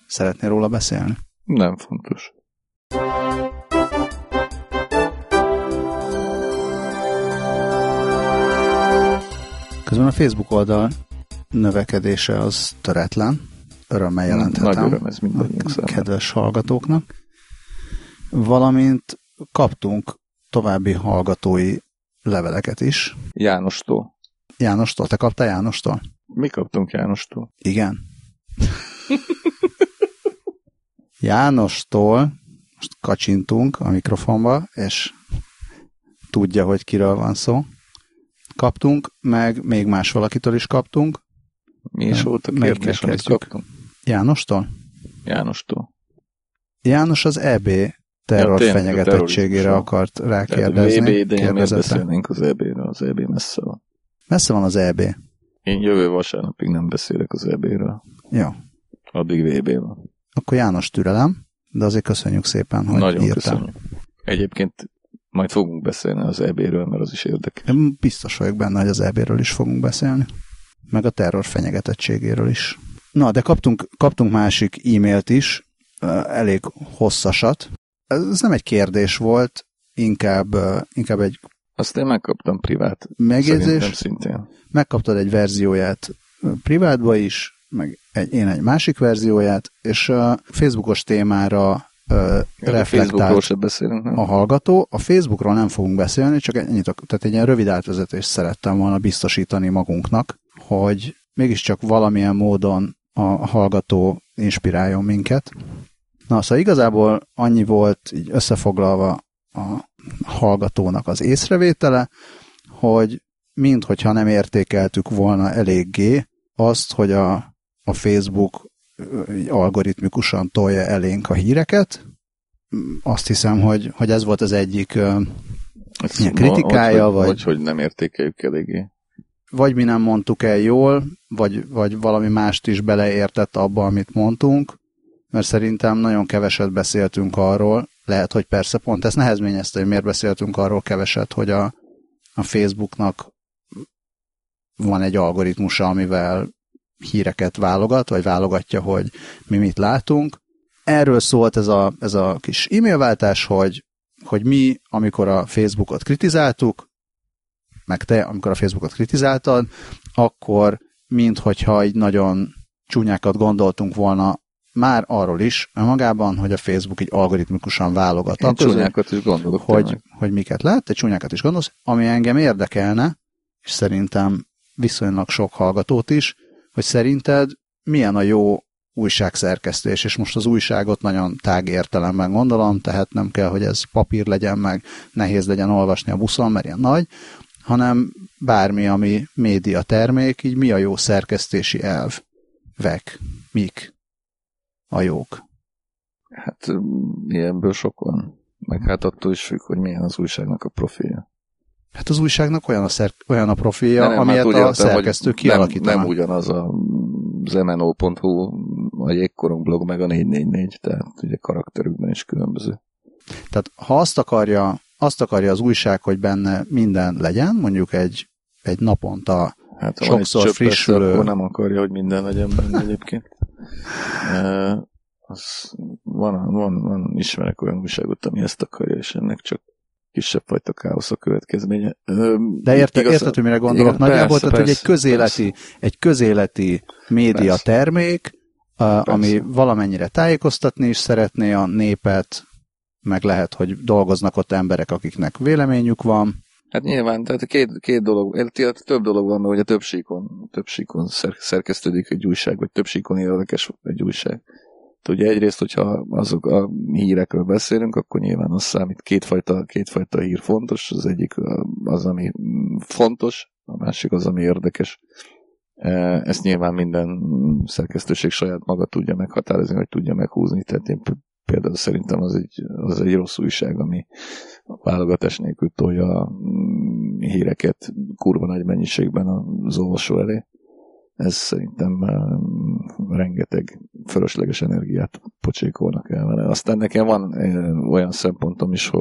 Szeretnél róla beszélni? Nem fontos. Közben a Facebook oldal növekedése az töretlen. Örömmel jelenthetem. Nagy öröm ez mindannyiunk számára. Kedves hallgatóknak. Valamint kaptunk további hallgatói leveleket is. Jánostól. Jánostól? Te kaptál Jánostól? Mi kaptunk Jánostól? Igen. Jánostól most kacsintunk a mikrofonba, és tudja, hogy kiről van szó. Kaptunk, meg még más valakitől is kaptunk. Mi is volt a kérdés, amit kaptunk? Jánostól? Jánostól. János az EB terror fenyegetettségére akart rákérdezni. VB, de én miért beszélnénk az EB-ről? Az EB messze van. Messze van az EB. Én jövő vasárnapig nem beszélek az EB-ről. Jó. Addig VB van. Akkor János türelem, de azért köszönjük szépen, hogy nagyon írtál. Köszönjük. Egyébként majd fogunk beszélni az EB-ről, mert az is érdekes. Én biztos vagyok benne, hogy az EB-ről is fogunk beszélni. Meg a terror fenyegetettségéről is. Na, de kaptunk másik e-mailt is, elég hosszasat. Ez nem egy kérdés volt, inkább egy... Azt én megkaptam privát. Megjegyzés. Szintén. Megkaptad egy verzióját privátba is, meg én egy másik verzióját, és a Facebookos témára reflektált a hallgató. A Facebookról nem fogunk beszélni, csak ennyit, tehát egy ilyen rövid átvezetést szerettem volna biztosítani magunknak, hogy mégiscsak valamilyen módon a hallgató inspiráljon minket. Na, szóval igazából annyi volt így összefoglalva a hallgatónak az észrevétele, hogy minthogyha nem értékeltük volna eléggé azt, hogy a Facebook algoritmikusan tolja elénk a híreket. Azt hiszem, hogy ez volt az egyik ilyen kritikája. Vagy hogy nem értékeljük eléggé. Vagy mi nem mondtuk el jól, vagy valami mást is beleértett abba, amit mondtunk, mert szerintem nagyon keveset beszéltünk arról, lehet, hogy persze pont ezt nehezményezte, hogy miért beszéltünk arról keveset, hogy a Facebooknak van egy algoritmusa, amivel híreket válogat, vagy válogatja, hogy mi mit látunk. Erről szólt ez a kis e-mailváltás, hogy mi, amikor a Facebookot kritizáltuk, meg te, amikor a Facebookot kritizáltad, akkor minthogyha így nagyon csúnyákat gondoltunk volna már arról is magában, hogy a Facebook így algoritmikusan válogat. Én csúnyákat is gondolok. Hogy miket lát, te csúnyákat is gondolsz, ami engem érdekelne, és szerintem viszonylag sok hallgatót is, hogy szerinted milyen a jó újságszerkesztés, és most az újságot nagyon tág értelemben gondolom, tehát nem kell, hogy ez papír legyen, meg nehéz legyen olvasni a buszon, mert ilyen nagy, hanem bármi, ami média termék, így mi a jó szerkesztési elvek, mik a jók? Hát ilyenből sok van. Meg hát attól is függ, hogy milyen az újságnak a profilja. Hát az újságnak olyan a profilja, amilyet a szerkesztő kialakítanak. Nem ugyanaz az mno.hu, a Jégkorong blog, meg a 444, tehát ugye karakterükben is különböző. Tehát ha azt akarja az újság, hogy benne minden legyen, mondjuk egy naponta hát, sokszor frissülő... Akkor nem akarja, hogy minden legyen benne egyébként. Van ismerek olyan újságot, ami ezt akarja, és ennek csak kisebb fajta káosz a következménye. De érted, hogy mire gondolok? Igen, nagyjából, tehát, hogy egy közéleti média termék, ami valamennyire tájékoztatni is szeretné a népet, meg lehet, hogy dolgoznak ott emberek, akiknek véleményük van. Hát nyilván, tehát két dolog, több dolog van, mert ugye több síkon szerkesztődik egy újság, vagy több síkon érdekes egy újság. Ugye egyrészt, hogyha azok a hírekről beszélünk, akkor nyilván az számít, kétfajta hír fontos, az egyik az, ami fontos, a másik az, ami érdekes. Ezt nyilván minden szerkesztőség saját maga tudja meghatározni, vagy tudja meghúzni, tehát én például szerintem az egy rossz újság, ami a válogatás nélkül tolja a híreket kurva nagy mennyiségben az olvasó elé. Ez szerintem rengeteg fölösleges energiát pocsékolnak el vele. Aztán nekem van olyan szempontom is,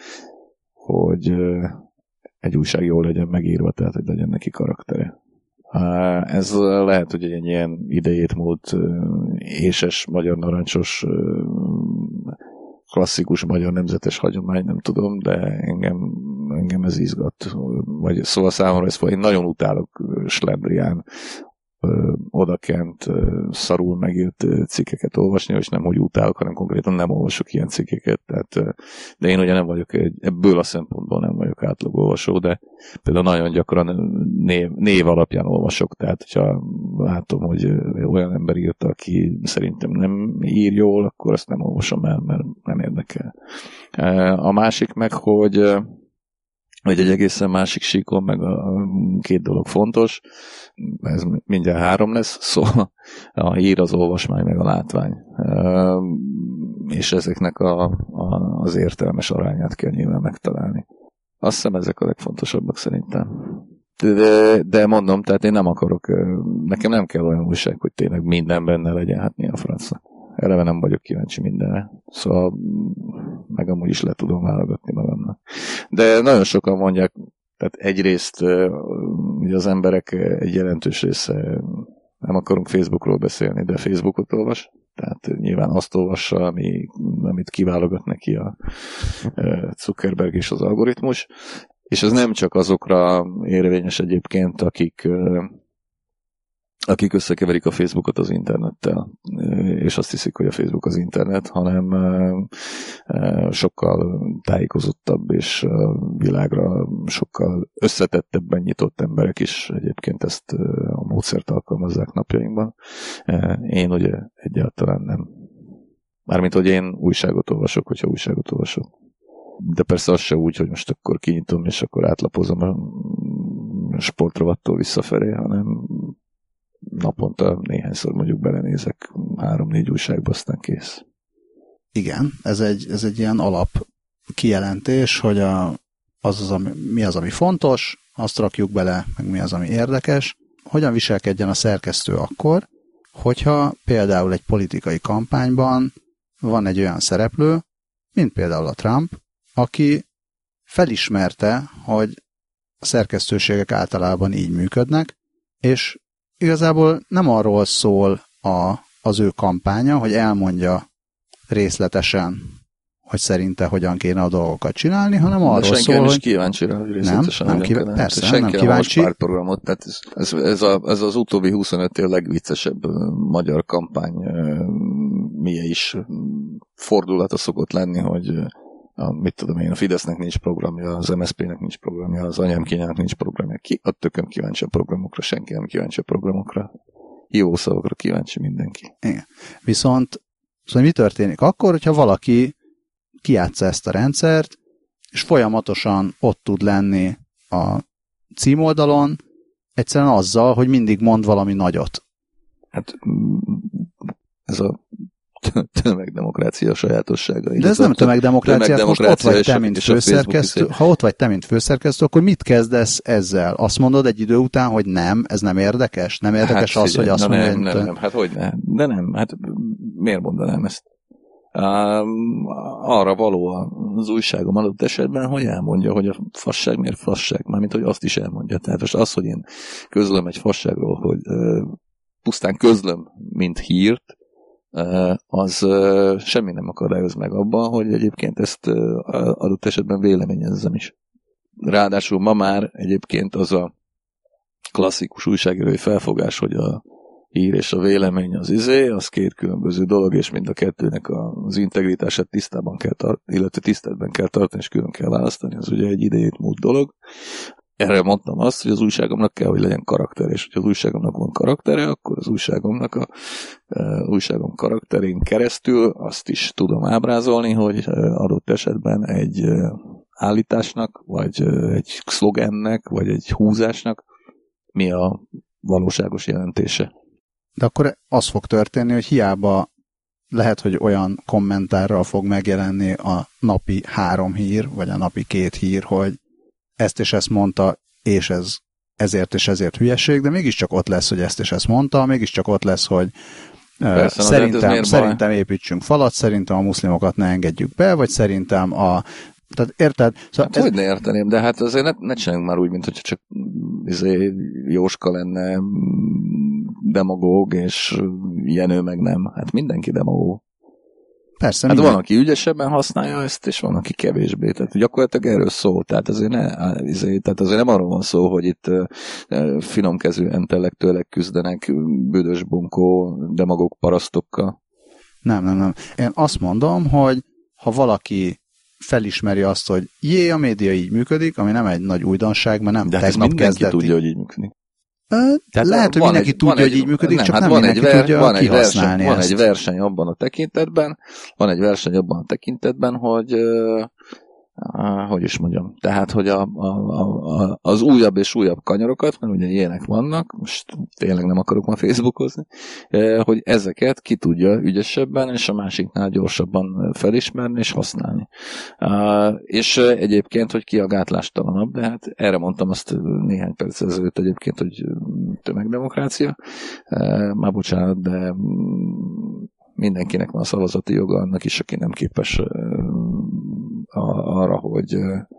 hogy egy újság jól legyen megírva, tehát hogy legyen neki karaktere. Ez lehet, hogy egy ilyen idejét múlt éses, magyar narancsos, klasszikus magyar nemzetes hagyomány, nem tudom, de engem ez izgat. Vagy, szóval számomra én nagyon utálok Slendrián odakent szarul megírt cikkeket olvasni, és nem, hogy utálok, hanem konkrétan nem olvasok ilyen cikkeket. Tehát, de én ugye nem vagyok, ebből a szempontból nem vagyok átlagolvasó, de például nagyon gyakran név alapján olvasok, tehát hogyha látom, hogy olyan ember írta, aki szerintem nem ír jól, akkor azt nem olvasom el, mert nem érdekel. A másik meg, hogy egy egészen másik síkon, meg a két dolog fontos, ez mindjárt 3 lesz, szóval a hír, az olvasmány, meg a látvány. És ezeknek az értelmes arányát kell nyilván megtalálni. Azt hiszem, ezek a legfontosabbak szerintem. De mondom, tehát én nem akarok, nekem nem kell olyan újság, hogy tényleg minden benne legyen, hát mi a francnak. Eleve nem vagyok kíváncsi mindenre. Szóval meg amúgy is le tudom válogatni magamnak. De nagyon sokan mondják, tehát egyrészt ugye az emberek egy jelentős része, nem akarunk Facebookról beszélni, de Facebookot olvas. Tehát nyilván azt olvassa, amit kiválogat neki a Zuckerberg és az algoritmus. És ez nem csak azokra érvényes egyébként, akik összekeverik a Facebookot az internettel, és azt hiszik, hogy a Facebook az internet, hanem sokkal tájékozottabb és világra sokkal összetettebben nyitott emberek is egyébként ezt a módszert alkalmazzák napjainkban. Én ugye egyáltalán nem. Mármint, hogy én újságot olvasok, hogyha újságot olvasok. De persze az se úgy, hogy most akkor kinyitom, és akkor átlapozom a sportrovattól visszafelé, hanem naponta néhányszor mondjuk belenézek 3-4 újságba, aztán kész. Igen, ez egy ilyen alap kijelentés, hogy mi az, ami fontos, azt rakjuk bele, meg mi az, ami érdekes. Hogyan viselkedjen a szerkesztő akkor, hogyha például egy politikai kampányban van egy olyan szereplő, mint például a Trump, aki felismerte, hogy a szerkesztőségek általában így működnek, és igazából nem arról szól az ő kampánya, hogy elmondja részletesen, hogy szerinte hogyan kéne a dolgokat csinálni, hanem arról szól, hogy... Senki nem is kíváncsi rá, hogy részletesen nem kíváncsi. Pártprogramot, tehát ez az utóbbi 25 év legviccesebb magyar kampány milyen is fordulata szokott lenni, hogy mit tudom én, a Fidesznek nincs programja, az MSZP-nek nincs programja, az Anyám Kínjának nincs programja. Ki a tököm kíváncsi a programokra, senki nem kíváncsi a programokra. Jó szavakra kíváncsi mindenki. Igen. Viszont mi történik akkor, hogyha valaki kijátsza ezt a rendszert, és folyamatosan ott tud lenni a címoldalon, egyszerűen azzal, hogy mindig mond valami nagyot. Hát ez a tömegdemokrácia sajátossága. De ez nem tömegdemokrácia, most ott vagy te, mint főszerkesztő. Ha ott vagy te, mint főszerkesztő, akkor mit kezdesz ezzel? Azt mondod egy idő után, hogy nem, ez nem érdekes? Nem érdekes hát, az, hogy azt mondja, nem, hát hogy ne? De nem, hát miért mondanám ezt? Arra való az újságom adott esetben, hogy elmondja, hogy a fasság miért fasság, mármint, hogy azt is elmondja. Tehát most az, hogy én közlöm egy fasságról, hogy pusztán közlöm, mint hírt, az semmi nem akadályoz meg abban, hogy egyébként ezt adott esetben véleményezzem is. Ráadásul ma már egyébként az a klasszikus újságírói felfogás, hogy a hír és a vélemény az két különböző dolog, és mind a kettőnek az integritását tisztában kell tartani, illetve tiszteletben kell tartani, és külön kell választani, az ugye egy idejét múlt dolog. Erre mondtam azt, hogy az újságomnak kell, hogy legyen karakter, és hogyha az újságomnak van karaktere, akkor az újságom karakterén keresztül azt is tudom ábrázolni, hogy adott esetben egy állításnak, vagy egy szlogennek, vagy egy húzásnak mi a valóságos jelentése. De akkor az fog történni, hogy hiába lehet, hogy olyan kommentárral fog megjelenni a napi 3 hír, vagy a napi 2 hír, hogy ezt és ezt mondta, és ez ezért és ezért hülyeség, de mégiscsak ott lesz, hogy ezt és ezt mondta, mégiscsak ott lesz, hogy szerintem építsünk falat, szerintem a muszlimokat ne engedjük be, vagy szerintem a Tehát érted? Szóval hát hogy ne érteném, de hát azért ne csináljunk már úgy, mint hogyha csak Jóska lenne demagóg, és Jenő meg nem. Hát mindenki demagóg. Persze. Hát van, aki ügyesebben használja ezt, és van, aki kevésbé. Tehát gyakorlatilag erről szól. Tehát azért nem arról van szó, hogy itt finomkezű entellektőlek küzdenek büdös bunkó demagóg parasztokkal. Nem. Én azt mondom, hogy ha valaki felismeri azt, hogy a média így működik, ami nem egy nagy újdonság, mert nem de tegnap kezdeti. De tudja, hogy így működik. Tehát lehet, hogy mindenki tudja, hogy így működik, csak nem mindenki tudja kihasználni ezt. Van egy verseny abban a tekintetben, hogy is mondjam, tehát, hogy az újabb és újabb kanyarokat, mert ugye ilyenek vannak, most tényleg nem akarok ma Facebookozni, hogy ezeket ki tudja ügyesebben, és a másiknál gyorsabban felismerni és használni. És egyébként, hogy ki a gátlástalanabb, de hát erre mondtam azt néhány perc ezelőtt egyébként, hogy tömegdemokrácia. Már bocsánat, de mindenkinek van a szavazati joga, annak is, aki nem képes arra, hogy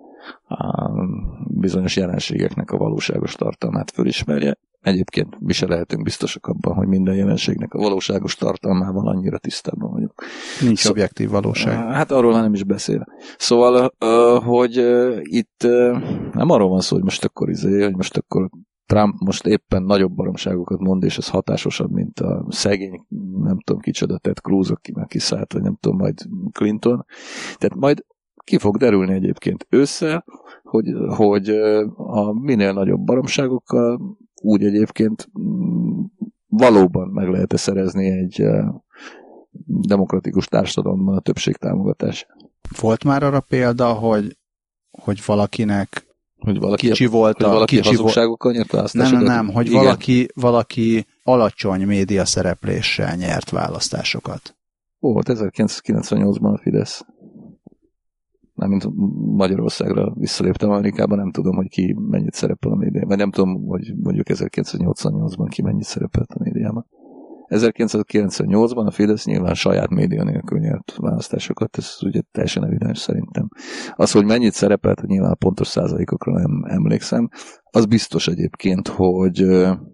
bizonyos jelenségeknek a valóságos tartalmát fölismerje. Egyébként mi se lehetünk biztosak abban, hogy minden jelenségnek a valóságos tartalmával annyira tisztában vagyunk. Nincs objektív valóság. Hát arról nem is beszél. Szóval, hogy itt nem arról van szó, hogy most akkor Trump most éppen nagyobb baromságokat mond, és ez hatásosabb, mint a szegény, nem tudom kicsoda, Ted Cruz, aki már kiszállt, vagy nem tudom, majd Clinton. Tehát majd ki fog derülni egyébként ősszel, hogy a minél nagyobb baromságokkal úgy egyébként valóban meg lehet szerezni egy demokratikus társadalomban a többség támogatását. Volt már arra példa, hogy valakinek kicsi volt hazugságokkal nyert választásokat? Nem, hogy valaki alacsony média szerepléssel nyert választásokat. Volt 1998-ban a Fidesz. Nem, mint Magyarországra visszaléptem Amerikában, nem tudom, hogy ki mennyit szerepel a médiában. Vagy nem tudom, hogy mondjuk 1988-ban ki mennyit szerepelt a médiában. 1998-ban a Fidesz nyilván saját média nélkül nyert választásokat, ez ugye teljesen evidens szerintem. Az, hogy mennyit szerepelt, nyilván a pontos százalékokra nem emlékszem. Az biztos egyébként, hogy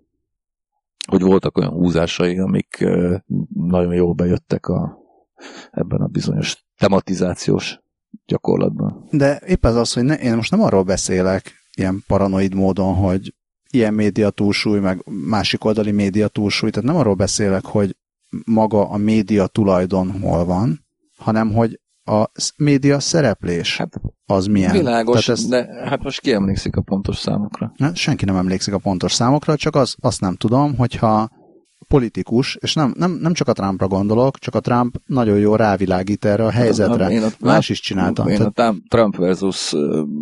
voltak olyan húzásai, amik nagyon jól bejöttek ebben a bizonyos tematizációs gyakorlatban. De épp az, hogy én most nem arról beszélek ilyen paranoid módon, hogy ilyen média túlsúly, meg másik oldali média túlsúly, tehát nem arról beszélek, hogy maga a média tulajdon hol van, hanem hogy a média szereplés az milyen. Világos, de hát most ki emlékszik a pontos számokra? Senki nem emlékszik a pontos számokra, csak azt nem tudom, hogyha politikus, és nem csak a Trumpra gondolok, csak a Trump nagyon jól rávilágít erre a helyzetre. Más is csinálta. Én a Trump versus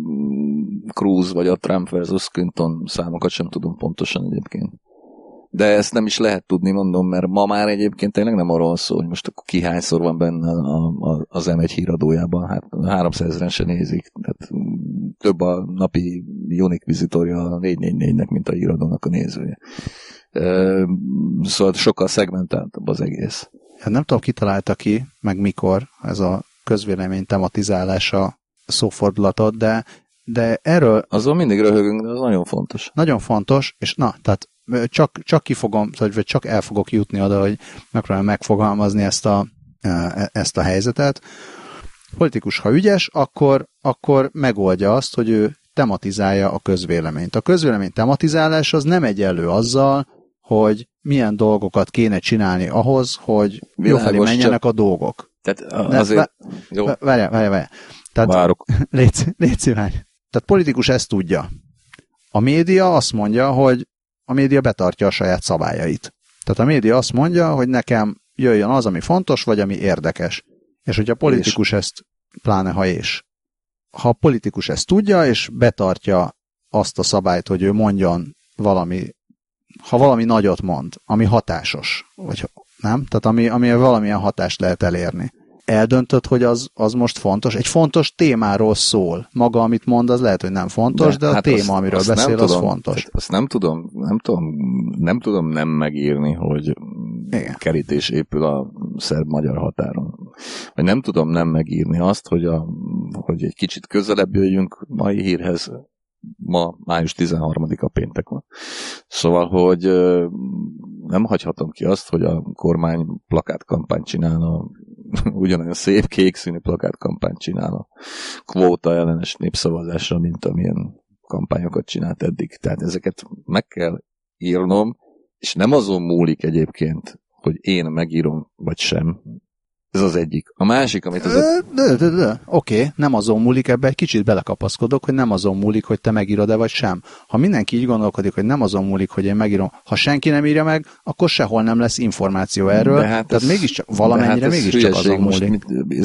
Cruz, vagy a Trump versus Clinton számokat sem tudom pontosan egyébként. De ezt nem is lehet tudni, mondom, mert ma már egyébként tényleg nem arról szó, hogy most akkor ki hányszor van benne az M1 híradójában. Hát 300 000-en se nézik. Tehát több a napi unique vizitorja a 444-nek, mint a híradónak a nézője. Szóval sokkal szegmentáltabb az egész. Hát nem tudom, ki találta ki, meg mikor ez a közvélemény tematizálása szófordulatot, de erről... Azon mindig röhögünk, de az nagyon fontos. Nagyon fontos, és tehát csak kifogom, vagy csak el fogok jutni oda, hogy megpróbálom megfogalmazni ezt a helyzetet. Politikus, ha ügyes, akkor megoldja azt, hogy ő tematizálja a közvéleményt. A közvélemény tematizálás az nem egyenlő azzal, hogy milyen dolgokat kéne csinálni ahhoz, hogy jófelé menjenek a dolgok. Tehát azért... Várjál. Várok. Légy szívány. Tehát politikus ezt tudja. A média azt mondja, hogy a média betartja a saját szabályait. Tehát a média azt mondja, hogy nekem jöjjön az, ami fontos, vagy ami érdekes. És hogyha a politikus ezt, pláne ha a politikus ezt tudja, és betartja azt a szabályt, hogy ő mondjon ha valami nagyot mond, ami hatásos, vagy nem? Tehát ami valamilyen hatást lehet elérni. Eldöntött, hogy az most fontos. Egy fontos témáról szól. Maga, amit mond, az lehet, hogy nem fontos, de a téma, amiről beszél, az fontos. Azt nem tudom nem megírni, hogy igen, kerítés épül a szerb-magyar határon. Vagy nem tudom nem megírni azt, hogy a hogy egy kicsit közelebb jöjjünk mai hírhez, ma május 13-a péntek van. Szóval, hogy nem hagyhatom ki azt, hogy a kormány plakátkampányt csinál, ugyanolyan szép kék színű plakátkampányt csinál a kvóta ellenes népszavazásra, mint amilyen kampányokat csinált eddig. Tehát ezeket meg kell írnom, és nem azon múlik egyébként, hogy én megírom, vagy sem. Ez az egyik. A másik, amit Oké, nem azon múlik, ebbe egy kicsit belekapaszkodok, hogy nem azon múlik, hogy te megírod-e, vagy sem. Ha mindenki így gondolkodik, hogy nem azon múlik, hogy én megírom, ha senki nem írja meg, akkor sehol nem lesz információ erről. Hát tehát mégiscsak valamennyire mégiscsak azon múlik.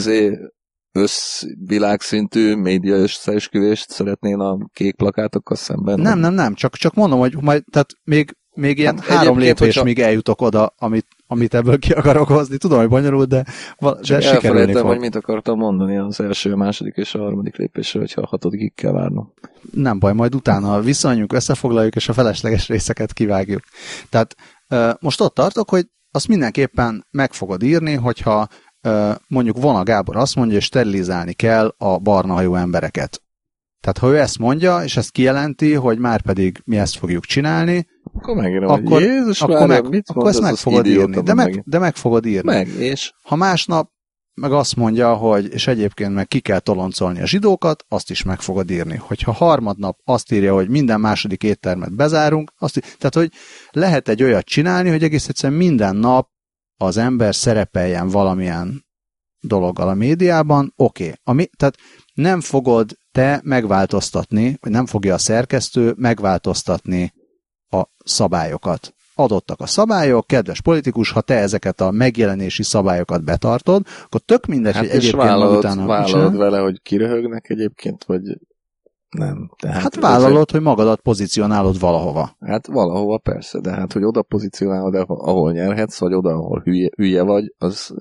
Összvilágszintű média összeesküvést szeretnél a kék plakátokkal szemben? Nem. Csak mondom, hogy majd, tehát még ilyen 3 lépés, míg eljutok oda, amit ebből ki akarok hozni. Tudom, hogy bonyolult, de sikerülni fog. Hogy mit akartam mondani az első, a második és a harmadik lépésre, hogyha a 6-ig kell várnom. Nem baj, majd utána visszanyunk, összefoglaljuk, és a felesleges részeket kivágjuk. Tehát most ott tartok, hogy azt mindenképpen meg fogod írni, hogyha mondjuk Vona Gábor azt mondja, hogy sterilizálni kell a barna hajú embereket. Tehát ha ő ezt mondja, és ezt kijelenti, hogy már pedig mi ezt fogjuk csinálni, akkor megírom, akkor, hogy Jézus akkor ezt meg fogod írni. De meg fogod írni. Meg, és? Ha másnap meg azt mondja, hogy és egyébként meg ki kell toloncolni a zsidókat, azt is meg fogod írni. Hogyha harmadnap azt írja, hogy minden második éttermet bezárunk, tehát, hogy lehet egy olyat csinálni, hogy egész egyszerűen minden nap az ember szerepeljen valamilyen dologgal a médiában, oké. Tehát nem fogod te megváltoztatni, vagy nem fogja a szerkesztő megváltoztatni a szabályokat. Adottak a szabályok, kedves politikus, ha te ezeket a megjelenési szabályokat betartod, akkor tök mindegy, hogy egyébként vállalod vele, hogy kiröhögnek egyébként, vagy nem. Hát vállalod, hogy magadat pozícionálod valahova. Hát valahova persze, de hát, hogy oda pozícionálod, ahol nyerhetsz, vagy oda, ahol hülye vagy, az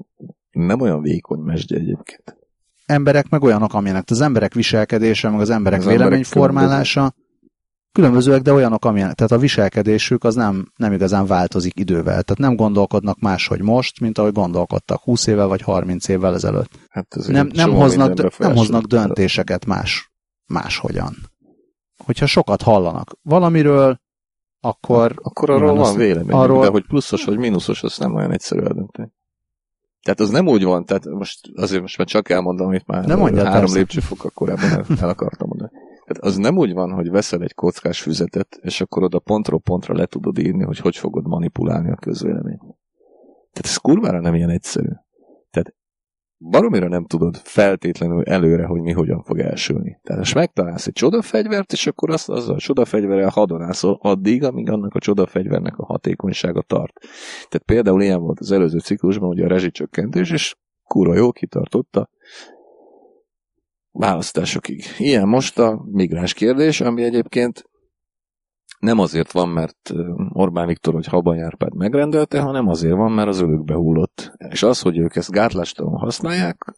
nem olyan vékony mesdje egyébként. Emberek meg olyanok, amilyenek. Az emberek viselkedése, meg az emberek véleményformálása különbözőek, de olyanok, amilyenek. Tehát a viselkedésük az nem igazán változik idővel. Tehát nem gondolkodnak máshogy most, mint ahogy gondolkodtak 20 évvel vagy 30 évvel ezelőtt. Hát nem hoznak döntéseket máshogyan. Hogyha sokat hallanak valamiről, akkor arról van vélemény, de hogy pluszos vagy mínuszos, az nem olyan egyszerű eldönteni. Tehát az nem úgy van, tehát most már csak elmondom, amit már 3 lépcsőfokkal korábban el akartam mondani. Tehát az nem úgy van, hogy veszel egy kockás füzetet, és akkor oda pontról pontra le tudod írni, hogy fogod manipulálni a közvéleményt. Tehát ez kurvára nem ilyen egyszerű. Tehát baromira nem tudod feltétlenül előre, hogy mi hogyan fog elsülni. Tehát most megtalálsz egy csodafegyvert, és akkor azzal a csodafegyverrel hadonászol addig, amíg annak a csodafegyvernek a hatékonysága tart. Tehát például ilyen volt az előző ciklusban, ugye a rezsicsökkentés, és kurva jó kitartotta választásokig. Ilyen most a migráns kérdés, ami egyébként nem azért van, mert Orbán Viktor vagy Habany Árpád megrendelte, hanem azért van, mert az ölükbe hullott. És az, hogy ők ezt gátlástalanul használják,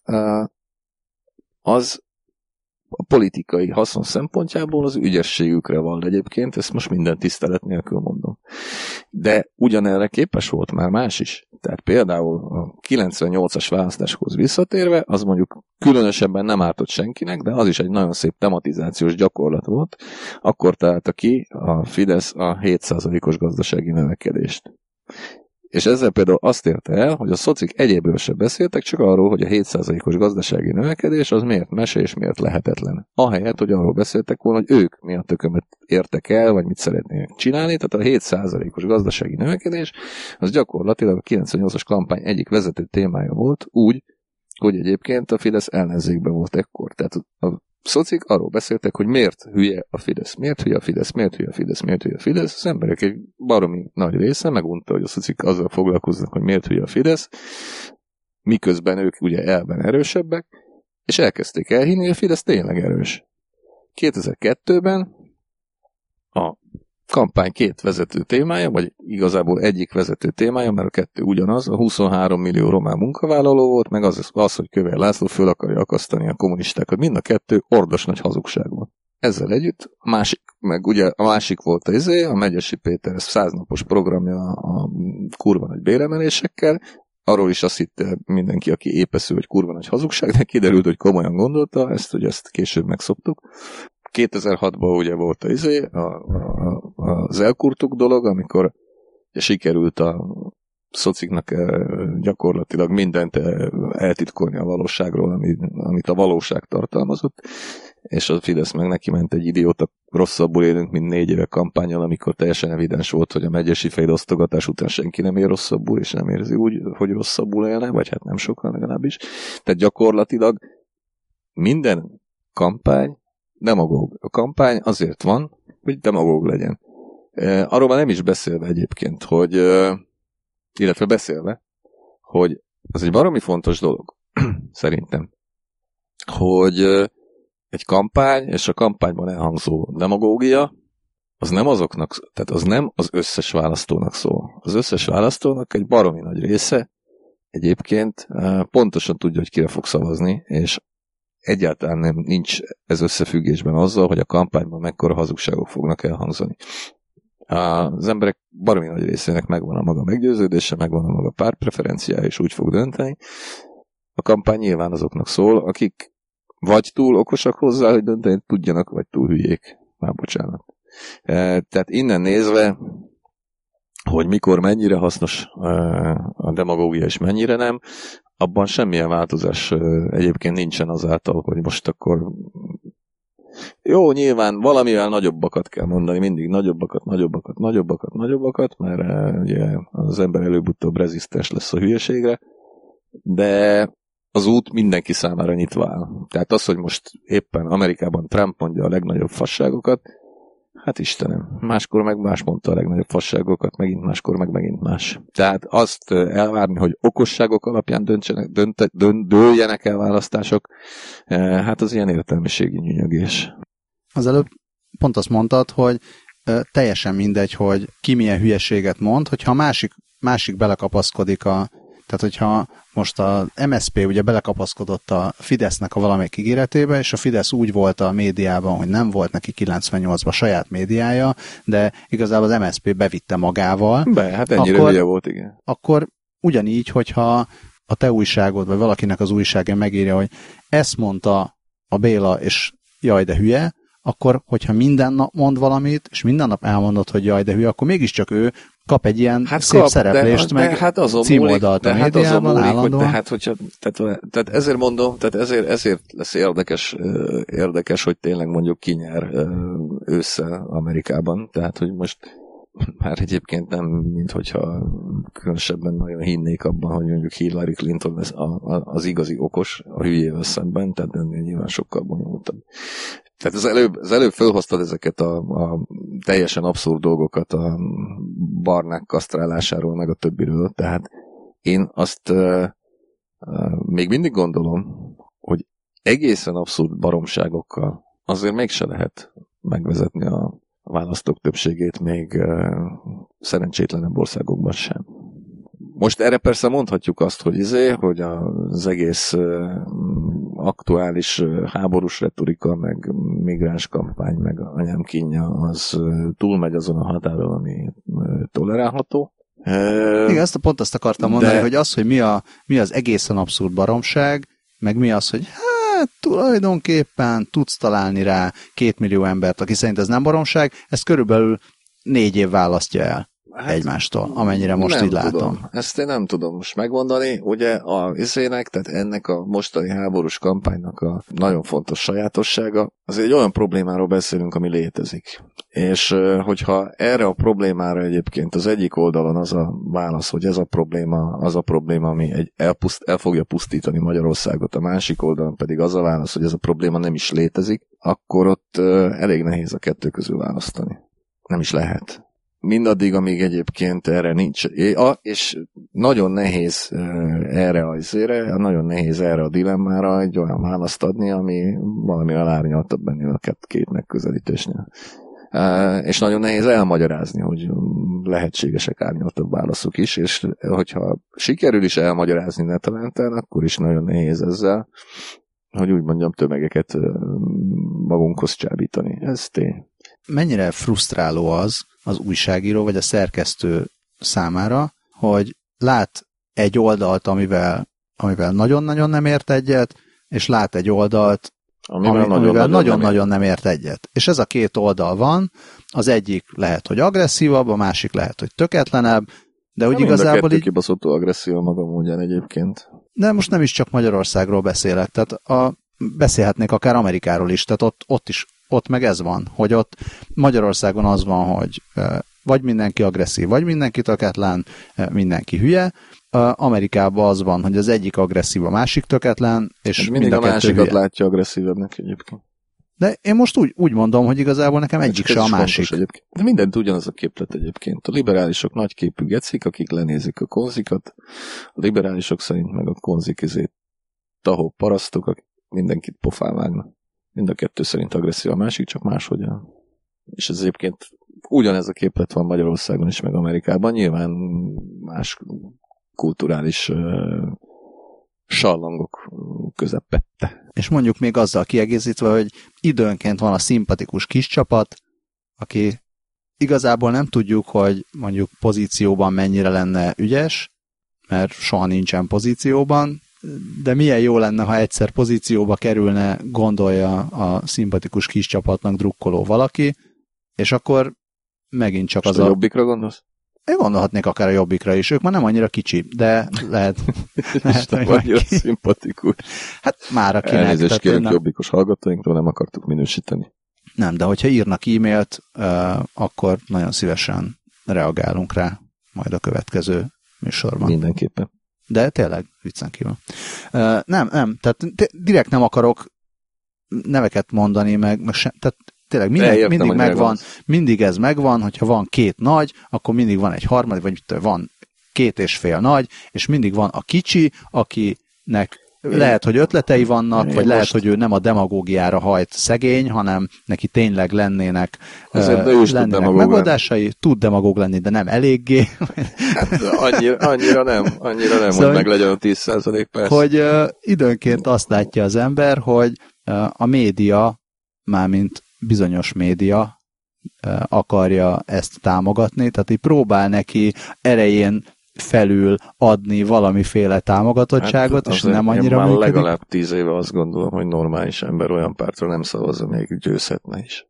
az a politikai haszon szempontjából az ügyességükre van egyébként, ezt most minden tisztelet nélkül mondom. De ugyanerre képes volt már más is. Tehát például a 98-as választáshoz visszatérve, az mondjuk különösebben nem ártott senkinek, de az is egy nagyon szép tematizációs gyakorlat volt. Akkor találta ki a Fidesz a 7%-os gazdasági növekedést. És ezzel például azt érte el, hogy a szocik egyébről se beszéltek, csak arról, hogy a 7%-os gazdasági növekedés az miért mese és miért lehetetlen. Ahelyett, hogy arról beszéltek volna, hogy ők mi a tökömet értek el, vagy mit szeretnének csinálni, tehát a 7%-os gazdasági növekedés az gyakorlatilag a 98-as kampány egyik vezető témája volt, úgy, hogy egyébként a Fidesz ellenzékben volt ekkor. Tehát a szocik arról beszéltek, hogy miért hülye a Fidesz, miért hülye a Fidesz, miért hülye a Fidesz, miért hülye a Fidesz. Az emberek egy baromi nagy része megunta, hogy a szocik azzal foglalkoznak, hogy miért hülye a Fidesz, miközben ők ugye elben erősebbek, és elkezdték elhinni, hogy a Fidesz tényleg erős. 2002-ben a kampány 2 vezető témája, vagy igazából egyik vezető témája, mert a 2 ugyanaz, a 23 millió román munkavállaló volt, meg az, hogy Kövér László föl akarja akasztani a kommunistákat. Mind a 2 ordos nagy hazugság volt. Ezzel együtt a másik volt a Megyesi Péter 100 napos programja a kurva nagy béremelésekkel, arról is azt hitte mindenki, aki épeszül, hogy kurva nagy hazugság, de kiderült, hogy komolyan gondolta, ezt később megszoktuk. 2006-ban ugye volt az elkurtuk dolog, amikor sikerült a szociknak gyakorlatilag mindent eltitkolni a valóságról, amit a valóság tartalmazott, és a Fidesz meg neki ment egy idióta rosszabbul élünk, mint 4 éve kampányal, amikor teljesen evidens volt, hogy a megyesi fejlosztogatás után senki nem él rosszabbul, és nem érzi úgy, hogy rosszabbul élne, vagy hát nem sokan legalábbis. Tehát gyakorlatilag minden kampány demagóg. A kampány azért van, hogy demagóg legyen. Arról már nem is beszélve egyébként, hogy illetve beszélve, hogy az egy baromi fontos dolog, szerintem, hogy egy kampány és a kampányban elhangzó demagógia, az nem azoknak, tehát az nem az összes választónak szól. Az összes választónak egy baromi nagy része egyébként pontosan tudja, hogy kire fog szavazni, és egyáltalán nincs ez összefüggésben azzal, hogy a kampányban mekkora hazugságok fognak elhangzani. Az emberek baromi nagy részének megvan a maga meggyőződése, megvan a maga pártpreferenciája, és úgy fog dönteni. A kampány nyilván azoknak szól, akik vagy túl okosak hozzá, hogy dönteni tudjanak, vagy túl hülyék. Már bocsánat. Tehát innen nézve, hogy mikor mennyire hasznos a demagógia, és mennyire nem, abban semmilyen változás egyébként nincsen azáltal, hogy most akkor jó, nyilván valamivel nagyobbakat kell mondani, mindig nagyobbakat, mert ugye az ember előbb-utóbb rezisztens lesz a hülyeségre, de az út mindenki számára nyitva áll. Tehát az, hogy most éppen Amerikában Trump mondja a legnagyobb fasságokat, hát Istenem, máskor meg más mondta a legnagyobb fasságokat, megint máskor meg megint más. Tehát azt elvárni, hogy okosságok alapján dőljenek el választások, hát az ilyen értelmiségi nyűnyögés. Az előbb pont azt mondtad, hogy teljesen mindegy, hogy ki milyen hülyeséget mond, hogyha a másik belekapaszkodik tehát hogyha most a MSZP ugye belekapaszkodott a Fidesznek a valamelyik ígéretébe, és a Fidesz úgy volt a médiában, hogy nem volt neki 98-ban saját médiája, de igazából az MSZP bevitte magával. Hát ennyire hülye volt, igen. Akkor ugyanígy, hogyha a te újságod, vagy valakinek az újságja megírja, hogy ezt mondta a Béla, és jaj, de hülye, akkor, hogyha minden nap mond valamit, és minden nap elmondod, hogy jaj, de hülye, akkor mégiscsak ő kap egy ilyen szép szereplést, meg címoldalt a médiában állandóan. Tehát ezért mondom, tehát ezért lesz érdekes, hogy tényleg mondjuk ki nyer ősszel Amerikában. Tehát, hogy most már egyébként nem, mint hogyha különösebben nagyon hinnék abban, hogy mondjuk Hillary Clinton lesz az igazi okos a hülyével szemben, tehát ennél nyilván sokkal bonyolultabb. Tehát az előbb felhoztad ezeket a teljesen abszurd dolgokat a barnák kasztrálásáról, meg a többiről, tehát én azt még mindig gondolom, hogy egészen abszurd baromságokkal azért mégse lehet megvezetni a választók többségét még szerencsétlenebb országokban sem. Most erre persze mondhatjuk azt, hogy az egész aktuális háborús retorika, meg migráns kampány, meg anyám kínja, az túlmegy azon a határon, ami tolerálható. Igen, pont azt akartam mondani, hogy az, hogy mi az egészen abszurd baromság, meg mi az, hogy tulajdonképpen tudsz találni rá 2 millió embert, aki szerint ez nem baromság, ezt körülbelül 4 év választja el egymástól, amennyire most így látom. Ezt én nem tudom most megmondani. Ugye tehát ennek a mostani háborús kampánynak a nagyon fontos sajátossága, azért egy olyan problémáról beszélünk, ami létezik. És hogyha erre a problémára egyébként az egyik oldalon az a válasz, hogy ez a probléma, ami el fogja pusztítani Magyarországot, a másik oldalon pedig az a válasz, hogy ez a probléma nem is létezik, akkor ott elég nehéz a kettő közül választani. Nem is lehet. Mindaddig, amíg egyébként erre nincs. És nagyon nehéz erre a dilemmára egy olyan választ adni, ami valamivel árnyaltabb ennél a két megközelítésnél. És nagyon nehéz elmagyarázni, hogy lehetségesek árnyaltabb válaszok is, és hogyha sikerül is elmagyarázni netelentem, akkor is nagyon nehéz ezzel, hogy úgy mondjam, tömegeket magunkhoz csábítani. Ez tény. Mennyire frusztráló az újságíró vagy a szerkesztő számára, hogy lát egy oldalt, amivel nagyon-nagyon nem ért egyet, és lát egy oldalt, amivel nagyon-nagyon nem ért egyet. És ez a két oldal van, az egyik lehet, hogy agresszívabb, a másik lehet, hogy töketlenebb, de úgy igazából mind a kettő kibaszottul agresszív a maga módján egyébként. De most nem is csak Magyarországról beszélek, tehát beszélhetnék akár Amerikáról is, tehát ott meg ez van, hogy ott Magyarországon az van, hogy vagy mindenki agresszív, vagy mindenki töketlen, mindenki hülye. Amerikában az van, hogy az egyik agresszív, a másik töketlen, és hát mindig a másikat hülye. Látja agresszívebbnek egyébként. De én most úgy mondom, hogy igazából nekem egyik se a másik. De mindent ugyanaz a képlet egyébként. A liberálisok nagyképű gecik, akik lenézik a konzikat, a liberálisok szerint meg a konzik tahó parasztok, akik mindenkit pofán vágnak. Mind a kettő szerint agresszív, a másik csak máshogyan. És ez egyébként ugyanez a képlet van Magyarországon is, meg Amerikában. Nyilván más kulturális sallangok közepette. És mondjuk még azzal kiegészítve, hogy időnként van a szimpatikus kis csapat, aki igazából nem tudjuk, hogy mondjuk pozícióban mennyire lenne ügyes, mert soha nincsen pozícióban, de milyen jó lenne, ha egyszer pozícióba kerülne, gondolja a szimpatikus kis csapatnak drukkoló valaki, és akkor megint csak az a Jobbikra gondolsz? Én gondolhatnék akár a Jobbikra is, ők már nem annyira kicsi, de lehet hogy annyira szimpatikus. Hát már akinek. Elnézést kérünk Jobbikos hallgatóinktól, nem akartuk minősíteni. Nem, de hogyha írnak e-mailt, akkor nagyon szívesen reagálunk rá majd a következő műsorban. Mindenképpen. De tényleg, viccen kívül. Nem, tehát direkt nem akarok neveket mondani, tehát tényleg mindig megvan, mindig ez megvan, hogyha van két nagy, akkor mindig van egy harmadik, vagy van 2,5 nagy, és mindig van a kicsi, akinek lehet, hogy ötletei vannak, vagy lehet, hogy ő nem a demagógiára hajt szegény, hanem neki tényleg lennének megoldásai. Tud demagóg lenni, de nem eléggé. Hát annyira nem, szóval, hogy meg legyen a 10% persze. Hogy időnként azt látja az ember, hogy a média, mármint bizonyos média akarja ezt támogatni, tehát így próbál neki erején felül adni valamiféle támogatottságot, hát és nem annyira működik. Már legalább 10 éve azt gondolom, hogy normális ember olyan pártra nem szavaz, amelyik győzhetne is.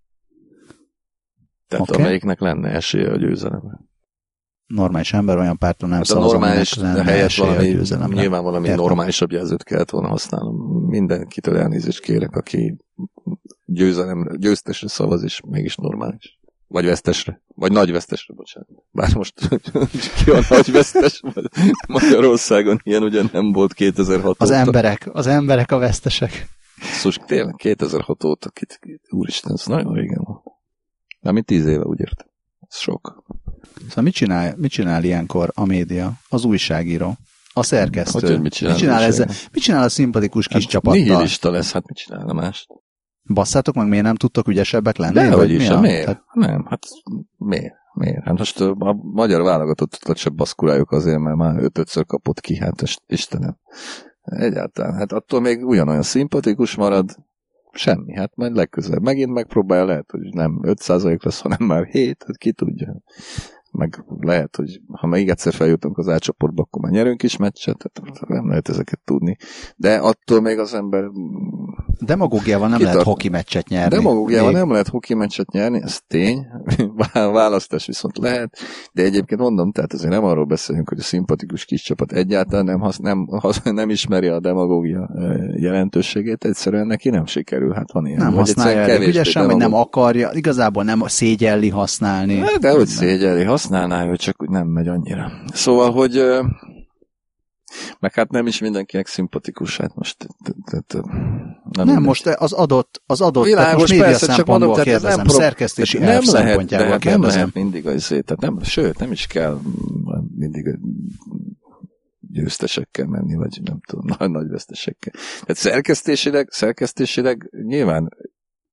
Tehát amelyiknek lenne esélye a győzelemre. Normális ember olyan pártra nem szavaz, amelyik lenne esélye a győzelemre. Nyilván valami normálisabb jelzőt kellett volna használnom. Mindenkitől elnézést kérek, aki győztesre szavaz, és mégis normális. Vagy vesztesre. Vagy nagy vesztesre, bocsánat. Bár most ki a nagy vesztes? Magyarországon ilyen ugye nem volt 2006 az óta. Az emberek a vesztesek. Szóval tényleg 2006 óta, úristen, ez nagyon régen volt. Nem, mint 10 éve, úgy értem. Ez sok. Szóval mit csinál ilyenkor a média? Az újságíró? A szerkesztő? Hogy mit csinál a szimpatikus kis csapattal? Nihilista lesz, hát mit csinálna mást? Basszátok meg, miért nem tudtok ügyesebbek lenni? Dehogy is, miért? Nem, hát miért? Hát most a magyar válogatottat se baszkuráljuk azért, mert már 5-ször kapott ki, hát Istenem. Egyáltalán, hát attól még ugyanolyan szimpatikus marad, semmi, hát majd legközelebb megint megpróbálja, lehet, hogy nem 5% lesz, hanem már 7, hát ki tudja. Meg lehet, hogy ha még egyszer feljutunk az A-csoportba, akkor már nyerünk is meccset, tehát nem lehet ezeket tudni. De attól még az ember... Demagógiával nem lehet hoki meccset nyerni. Demagógiával nem lehet hoki meccset nyerni, ez tény. Választás viszont lehet, de egyébként mondom, tehát azért nem arról beszélünk, hogy a szimpatikus kis csapat egyáltalán nem ismeri a demagógia jelentőségét, egyszerűen neki nem sikerül, hát van ilyen. Nem használja elég ügyesen, vagy nem akarja, igazából nem szégyelli használni. De hogy szégyelli használná, hogy csak úgy nem megy annyira. Szóval, hogy meg hát nem is mindenkinek szimpatikus, hát most nem most az adott világos, média persze, szempontból kérdezem, szerkesztési elv szempontjából kérdezem. Nem lehet mindig tehát nem is kell mindig győztesekkel menni, vagy nem tudom, nagy vesztesekkel. Tehát szerkesztésileg nyilván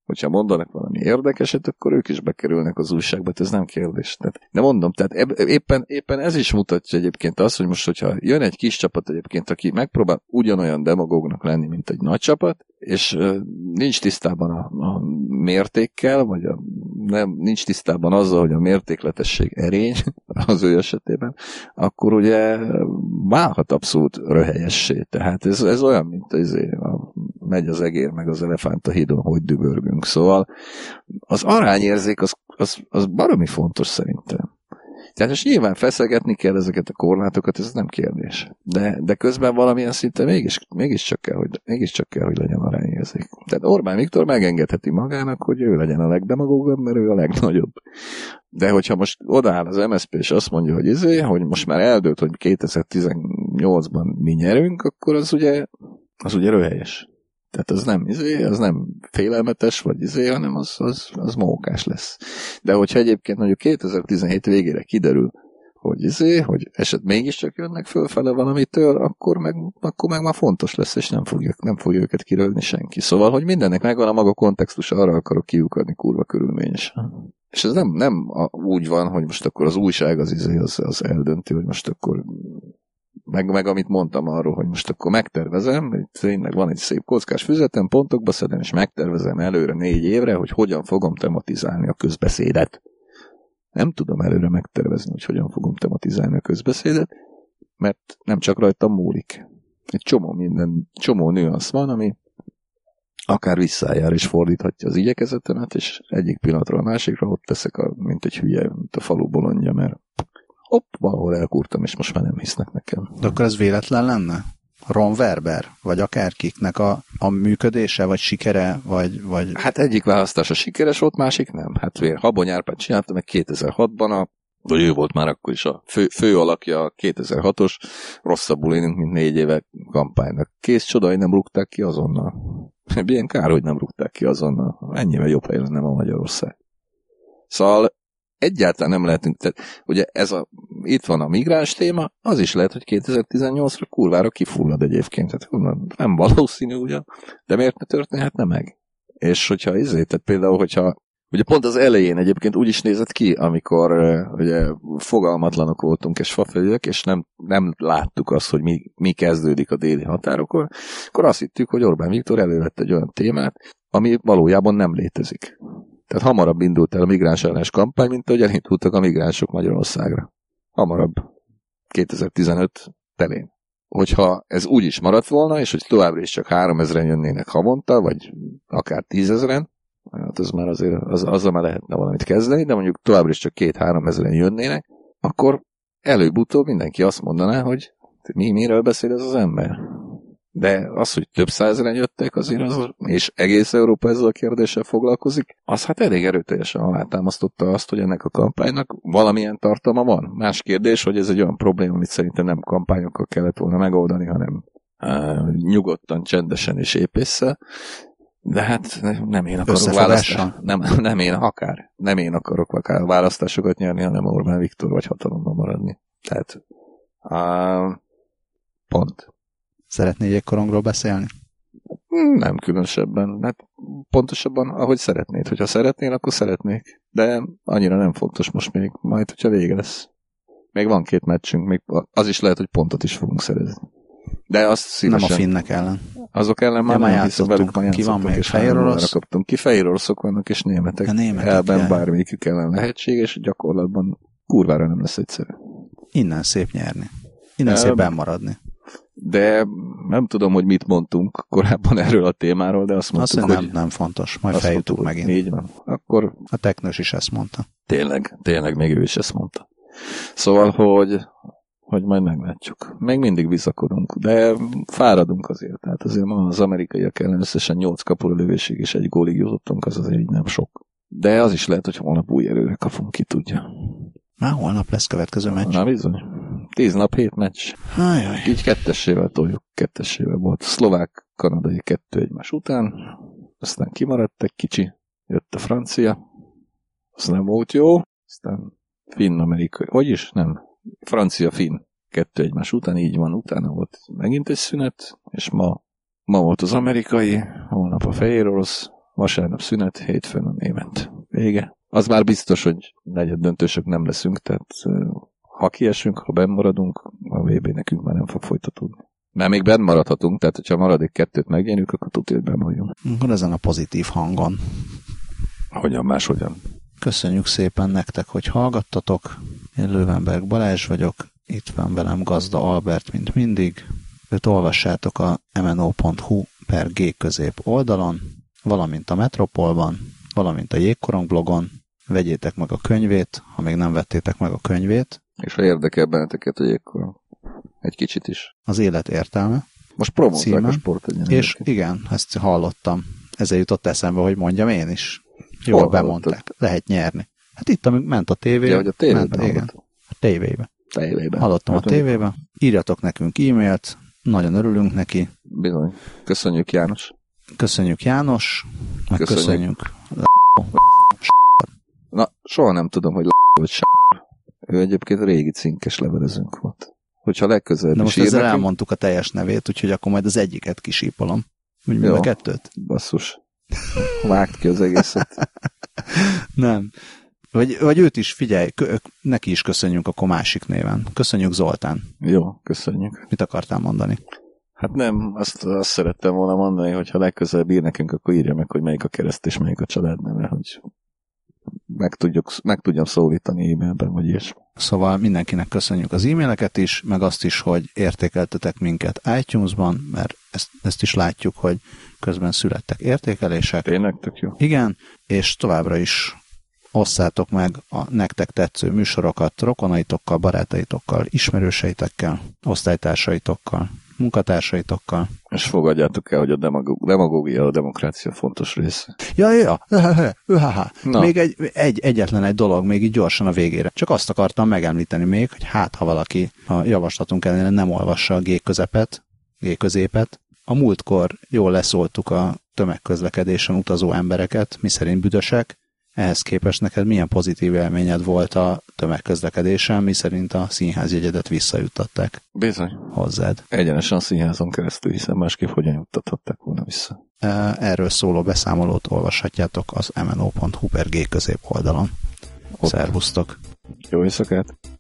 hogyha mondanak valami érdekeset, akkor ők is bekerülnek az újságba, ez nem kérdés. De mondom, tehát éppen ez is mutatja egyébként azt, hogy most, hogyha jön egy kis csapat egyébként, aki megpróbál ugyanolyan demagógnak lenni, mint egy nagy csapat, és nincs tisztában a mértékkel, vagy nincs tisztában azzal, hogy a mértékletesség erény az ő esetében, akkor ugye válhat abszolút röhelyessé. Tehát ez olyan, mint megy az egér, meg az elefánt a hídon, hogy dübörgünk. Szóval az arányérzék az baromi fontos szerintem. Tehát most nyilván feszegetni kell ezeket a korlátokat, ez nem kérdés. De közben valamilyen szinten mégiscsak kell, hogy legyen arányérzék. Tehát Orbán Viktor megengedheti magának, hogy ő legyen a legdemagógabb, mert ő a legnagyobb. De hogyha most odaáll az MSZP, és azt mondja, hogy most már eldőlt, hogy 2018-ban mi nyerünk, akkor az ugye röhelyes. Tehát az nem félelmetes, vagy hanem az mókás lesz. De hogyha egyébként mondjuk 2017 végére kiderül, hogy eset mégiscsak jönnek fölfele valamitől, akkor meg már fontos lesz, és nem fogja őket kirölni senki. Szóval, hogy mindennek megvan a maga kontextus, arra akarok kiukadni kurva körülményesen. És ez nem úgy van, hogy most akkor az újság az eldönti, hogy most akkor meg amit mondtam arról, hogy most akkor megtervezem, tényleg van egy szép kockás füzetem, pontokba szedem, és megtervezem előre 4 évre, hogy hogyan fogom tematizálni a közbeszédet. Nem tudom előre megtervezni, hogy hogyan fogom tematizálni a közbeszédet, mert nem csak rajtam múlik. Egy csomó nüansz van, ami akár visszájár is fordíthatja az igyekezetemet, és egyik pillanatról a másikra ott teszek, mint egy hülye, mint a falu bolondja, mert valahol elkúrtam, és most már nem hisznek nekem. De akkor ez véletlen lenne? Ron Werber, vagy akárkiknek a működése, vagy sikere, vagy... Hát egyik választása sikeres volt, másik nem. Hát Habony Árpád csinálta meg 2006-ban, vagy ő volt már akkor is a fő alakja a 2006-os, rosszabbul élünk, mint 4 éve kampánynak. Kész csoda, hogy nem rúgták ki azonnal. Milyen kár, hogy nem rúgták ki azonnal. Ennyivel jobb hely lenne a Magyarország. Szóval egyáltalán nem lehetünk, tehát ugye itt van a migráns téma, az is lehet, hogy 2018-ra kurvára kifullad egyébként, tehát nem valószínű ugyan, de miért ne történhetne meg? És hogyha tehát például, hogyha ugye pont az elején egyébként úgy is nézett ki, amikor ugye fogalmatlanok voltunk és fafejűek, és nem láttuk azt, hogy mi kezdődik a déli határokon, akkor azt hittük, hogy Orbán Viktor elővette egy olyan témát, ami valójában nem létezik. Tehát hamarabb indult el a migráns ellenes kampány, mint ahogy elindultak a migránsok Magyarországra. Hamarabb. 2015 telén. Hogyha ez úgy is maradt volna, és hogy továbbra is csak 3000-en jönnének havonta, vagy akár 10 000-en, hát az már azért, azzal már lehetne valamit kezdeni, de mondjuk továbbra is csak 2-3 ezeren jönnének, akkor előbb-utóbb mindenki azt mondaná, hogy miről beszél ez az ember. De az, hogy több 100-eren jöttek azért, és egész Európa ezzel a kérdéssel foglalkozik, az hát elég erőteljesen alátámasztotta azt, hogy ennek a kampánynak valamilyen tartalma van. Más kérdés, hogy ez egy olyan probléma, amit szerintem nem kampányokkal kellett volna megoldani, hanem nyugodtan, csendesen és épésszel. De hát nem én akarok nem én akarok akár választásokat nyerni, hanem Orbán Viktor vagy hatalomban maradni. Tehát pont. Szeretnél jégkorongról beszélni? Nem különösebben. Hát pontosabban, ahogy szeretnéd. Hogyha szeretnél, akkor szeretnék. De annyira nem fontos most még. Majd, hogyha vége lesz. Még van 2 meccsünk. Még az is lehet, hogy pontot is fogunk szerezni. De azt szívesen... Nem a finnek ellen. Azok ellen már nem hiszem, velük már ki van még? Fehér orosz? Kaptam ki. Fehér oroszok vannak, és németek. Elben bármelyikük ellen lehetséges, és gyakorlatban kurvára nem lesz egyszerű. Innen szép nyerni. Innen szép benmaradni. De nem tudom, hogy mit mondtunk korábban erről a témáról, de azt mondtuk, hogy... Nem fontos, majd feljutunk megint. Így van. Akkor... A teknős is ezt mondta. Tényleg még ő is ezt mondta. Szóval, hogy majd meglátjuk. Még mindig bizakodunk, de fáradunk azért. Tehát azért ma az amerikaiak ellen összesen 8 kapulölövésig és 1 gólig jutottunk, az azért így nem sok. De az is lehet, hogy holnap új erőre kapunk, ki tudja. Már holnap lesz következő meccs. Na bizony. 10 nap, 7 meccs. Ajaj. Így 2-essével toljuk. 2-essével volt. Szlovák-kanadai 2 egymás után. Aztán kimaradt egy kicsi. Jött a francia. Az nem volt jó. Aztán finn-amerikai. Hogyis? Nem. Francia-finn. 2 egymás után. Így van. Utána volt megint egy szünet. És ma volt az amerikai. Holnap a fehér orosz. vasárnap szünet, hétfőn a német. Vége. Az már biztos, hogy negyed döntősök nem leszünk, tehát ha kiesünk, ha benn maradunk, a VB nekünk már nem fog folytatódni. Mert még benn maradhatunk, tehát hogyha maradék 2 megnyerjük, akkor tudja, hogy benn vagyunk. Akkor ezen a pozitív hangon. Hogyan, máshogyan. Köszönjük szépen nektek, hogy hallgattatok. Én Löwenberg Balázs vagyok. Itt van velem Gazda Albert, mint mindig. Őt olvassátok a mno.hu/g-közép oldalon, valamint a Metropolban, valamint a Jégkorong blogon. Vegyétek meg a könyvét, ha még nem vettétek meg a könyvét. És ha érdekel benneteket a Jégkorong. Egy kicsit is. Az élet értelme. Most promózták a Sportegyenet. És igen, ezt hallottam. Ezért jutott eszembe, hogy mondjam én is. Jól bemondták. Lehet nyerni. Hát itt, amíg ment a tévé. Ja, hogy a tévében. Igen. A tévében. Hallottam hát a tévében. Írjatok nekünk e-mailt. Nagyon örülünk neki. Bizony. Köszönjük, János. Köszönjük, János. Meg köszönjük. Na, soha nem tudom, hogy vagy ő egyébként régi cinkes levelezőnk volt. Hogyha legközelebb de most ezzel elmondtuk a teljes nevét, úgyhogy akkor majd az egyiket kisípolom. Úgy mind a 2? Basszus. Vágd ki az egészet. Nem. Vagy őt is, figyelj, neki is köszönjük akkor másik néven. Köszönjük, Zoltán. Jó, köszönjük. Mit akartál mondani? Hát nem, azt szerettem volna mondani, hogy ha legközelebb ír nekünk, akkor írja meg, hogy melyik a kereszt és melyik a családneve, hogy meg tudjam szólítani e-mailben, vagy ilyesmi. Szóval mindenkinek köszönjük az e-maileket is, meg azt is, hogy értékeltetek minket iTunes-ban, mert ezt is látjuk, hogy közben születtek értékelések. Tényleg tök jó. Igen, és továbbra is osszátok meg a nektek tetsző műsorokat rokonaitokkal, barátaitokkal, ismerőseitekkel, osztálytársaitokkal, munkatársaitokkal. És fogadjátok el, hogy a demagógia a demokrácia fontos része. Ja. Még egyetlen egy dolog, még így gyorsan a végére. Csak azt akartam megemlíteni még, hogy hát, ha valaki a javaslatunk ellenére nem olvassa a G-középet. A múltkor jól leszóltuk a tömegközlekedésen utazó embereket, miszerint büdösek. Ehhez képest neked milyen pozitív élményed volt a tömegközlekedésen, miszerint a színházjegyedet visszajuttatták? Bizony. Hozzád. Egyenesen a színházon keresztül, hiszen másképp hogyan juttathatták volna vissza. Erről szóló beszámolót olvashatjátok az mno.hu/g-közép oldalon. Szervusztok! Jó éjszakát!